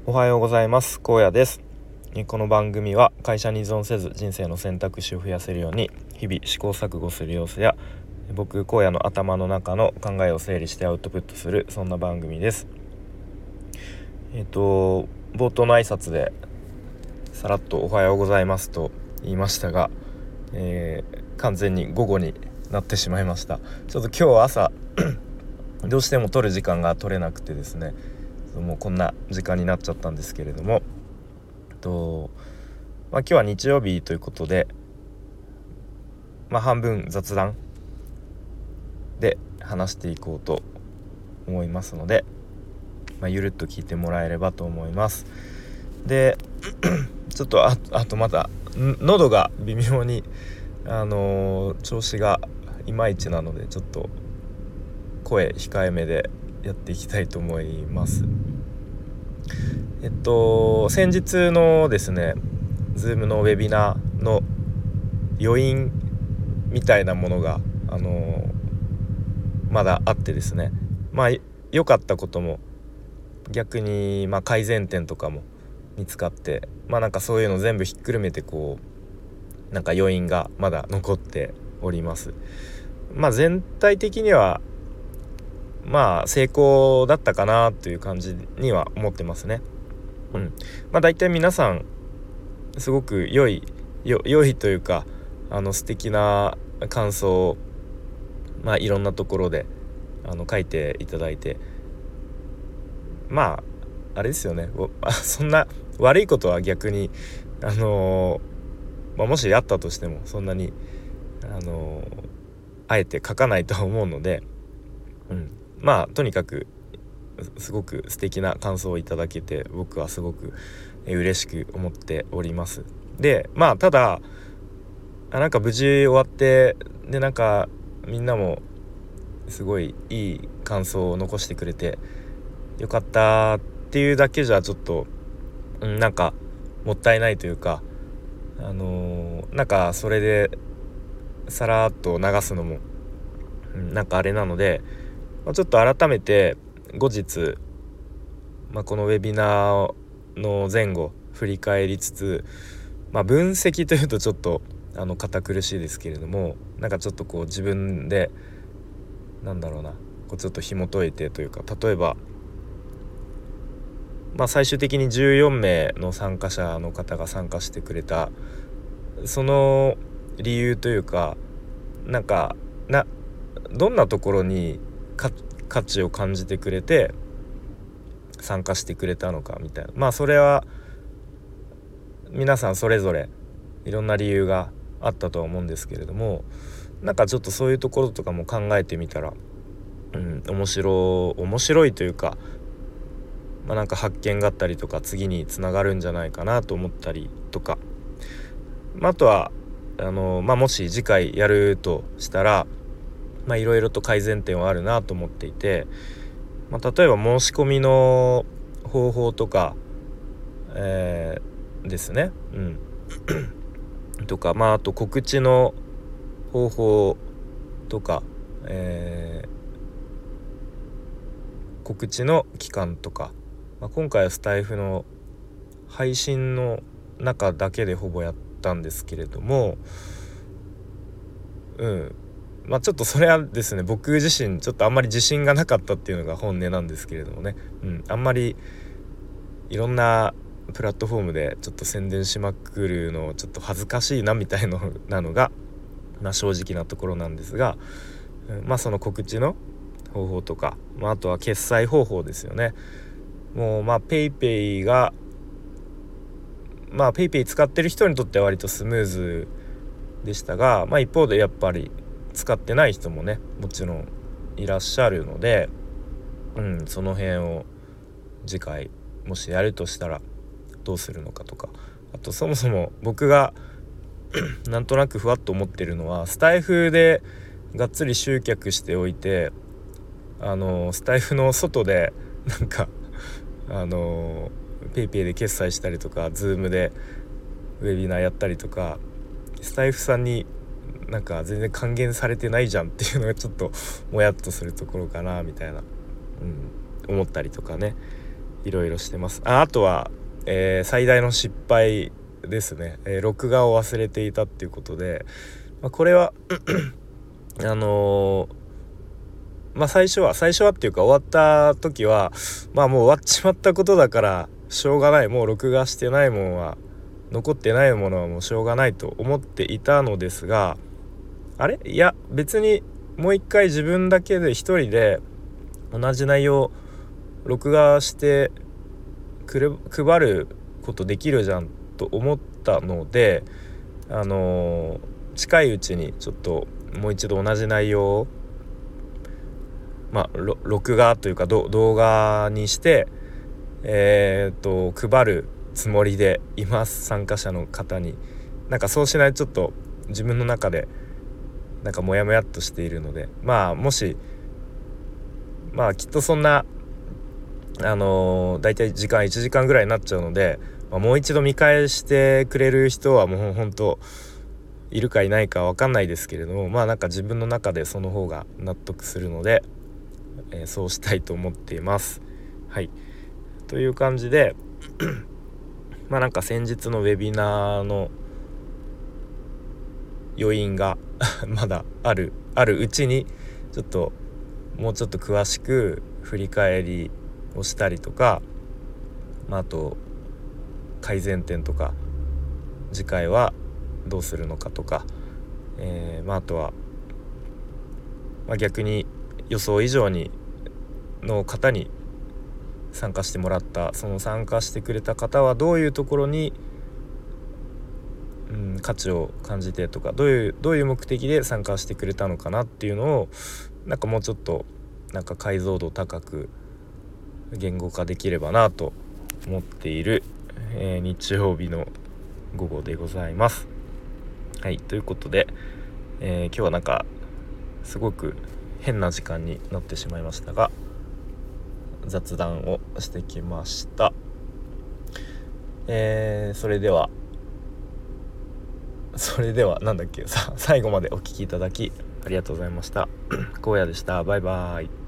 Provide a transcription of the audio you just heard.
おはようございます。荒野です。この番組は会社に依存せず人生の選択肢を増やせるように日々試行錯誤する様子や僕荒野の頭の中の考えを整理してアウトプットする、そんな番組です。冒頭の挨拶でさらっとおはようございますと言いましたが、完全に午後になってしまいました。ちょっと今日朝どうしても撮る時間が取れなくてですね、もうこんな時間になっちゃったんですけれども、今日は日曜日ということで、半分雑談で話していこうと思いますので、ゆるっと聞いてもらえればと思います。でちょっとあとまだ喉が微妙に調子がいまいちなので、ちょっと声控えめでやっていきたいと思います。先日のですね Zoom のウェビナーの余韻みたいなものがまだあってですね、良かったことも逆に改善点とかも見つかって、なんかそういうの全部ひっくるめてなんか余韻がまだ残っております。全体的には成功だったかなという感じには思ってますね。だいたい皆さんすごく良いというか素敵な感想をいろんなところで書いていただいて、あれですよね、そんな悪いことは逆にもしあったとしてもそんなにあえて書かないとは思うので、とにかくすごく素敵な感想をいただけて僕はすごく嬉しく思っております。でただなんか無事終わって、でなんかみんなもすごいいい感想を残してくれてよかったっていうだけじゃちょっとなんかもったいないというか、なんかそれでさらっと流すのもなんかあれなので、ちょっと改めて後日、このウェビナーの前後振り返りつつ、分析というとちょっと堅苦しいですけれども、なんかちょっと自分でちょっと紐解いてというか、例えば最終的に14名の参加者の方が参加してくれたその理由というか、どんなところに価値を感じてくれて参加してくれたのかみたいな、それは皆さんそれぞれいろんな理由があったとは思うんですけれども、なんかちょっとそういうところとかも考えてみたら、面白いというか、なんか発見があったりとか次につながるんじゃないかなと思ったりとか、あとはもし次回やるとしたらいろいろと改善点はあるなと思っていて、例えば申し込みの方法とか、ですね、とかあと告知の方法とか、告知の期間とか、今回はスタイフの配信の中だけでほぼやったんですけれども、ちょっとそれはですね、僕自身ちょっとあんまり自信がなかったっていうのが本音なんですけれどもね、あんまりいろんなプラットフォームでちょっと宣伝しまくるのちょっと恥ずかしいなみたいなのが、正直なところなんですが、その告知の方法とか、あとは決済方法ですよね。もうペイペイがペイペイ使ってる人にとっては割とスムーズでしたが、一方でやっぱり使ってない人もねもちろんいらっしゃるので、その辺を次回もしやるとしたらどうするのかとか、あとそもそも僕がなんとなくふわっと思ってるのは、スタイフでがっつり集客しておいてスタイフの外でなんかペイペイで決済したりとか Zoom でウェビナーやったりとか、スタイフさんになんか全然還元されてないじゃんっていうのがちょっともやっとするところかなみたいな、思ったりとかね、 いろいろしてます。あとは、最大の失敗ですね、録画を忘れていたっていうことで、これは最初はっていうか、終わった時はもう終わっちまったことだからしょうがない、もう録画してないものは、残ってないものはもうしょうがないと思っていたのですが、いや別にもう一回自分だけで一人で同じ内容録画して配ることできるじゃんと思ったので、近いうちにちょっともう一度同じ内容を録画というか動画にして配るつもりでいます。参加者の方にそうしないとちょっと自分の中でモヤモヤっとしているので、もしきっとそんなだいたい時間1時間ぐらいになっちゃうので、もう一度見返してくれる人はもう本当いるかいないか分かんないですけれども、自分の中でその方が納得するので、そうしたいと思っています。はい、という感じで先日のウェビナーの余韻がまだあるうちにちょっともうちょっと詳しく振り返りをしたりとか、あと改善点とか次回はどうするのかとか、あとは、逆に予想以上にの方に参加してもらった、その参加してくれた方はどういうところに、価値を感じてとか、どういう目的で参加してくれたのかなっていうのをもうちょっと解像度高く言語化できればなと思っている、日曜日の午後でございます。はい、ということで、今日はすごく変な時間になってしまいましたが、雑談をしてきました。それでは最後までお聞きいただきありがとうございました。荒野でした。バイバイ。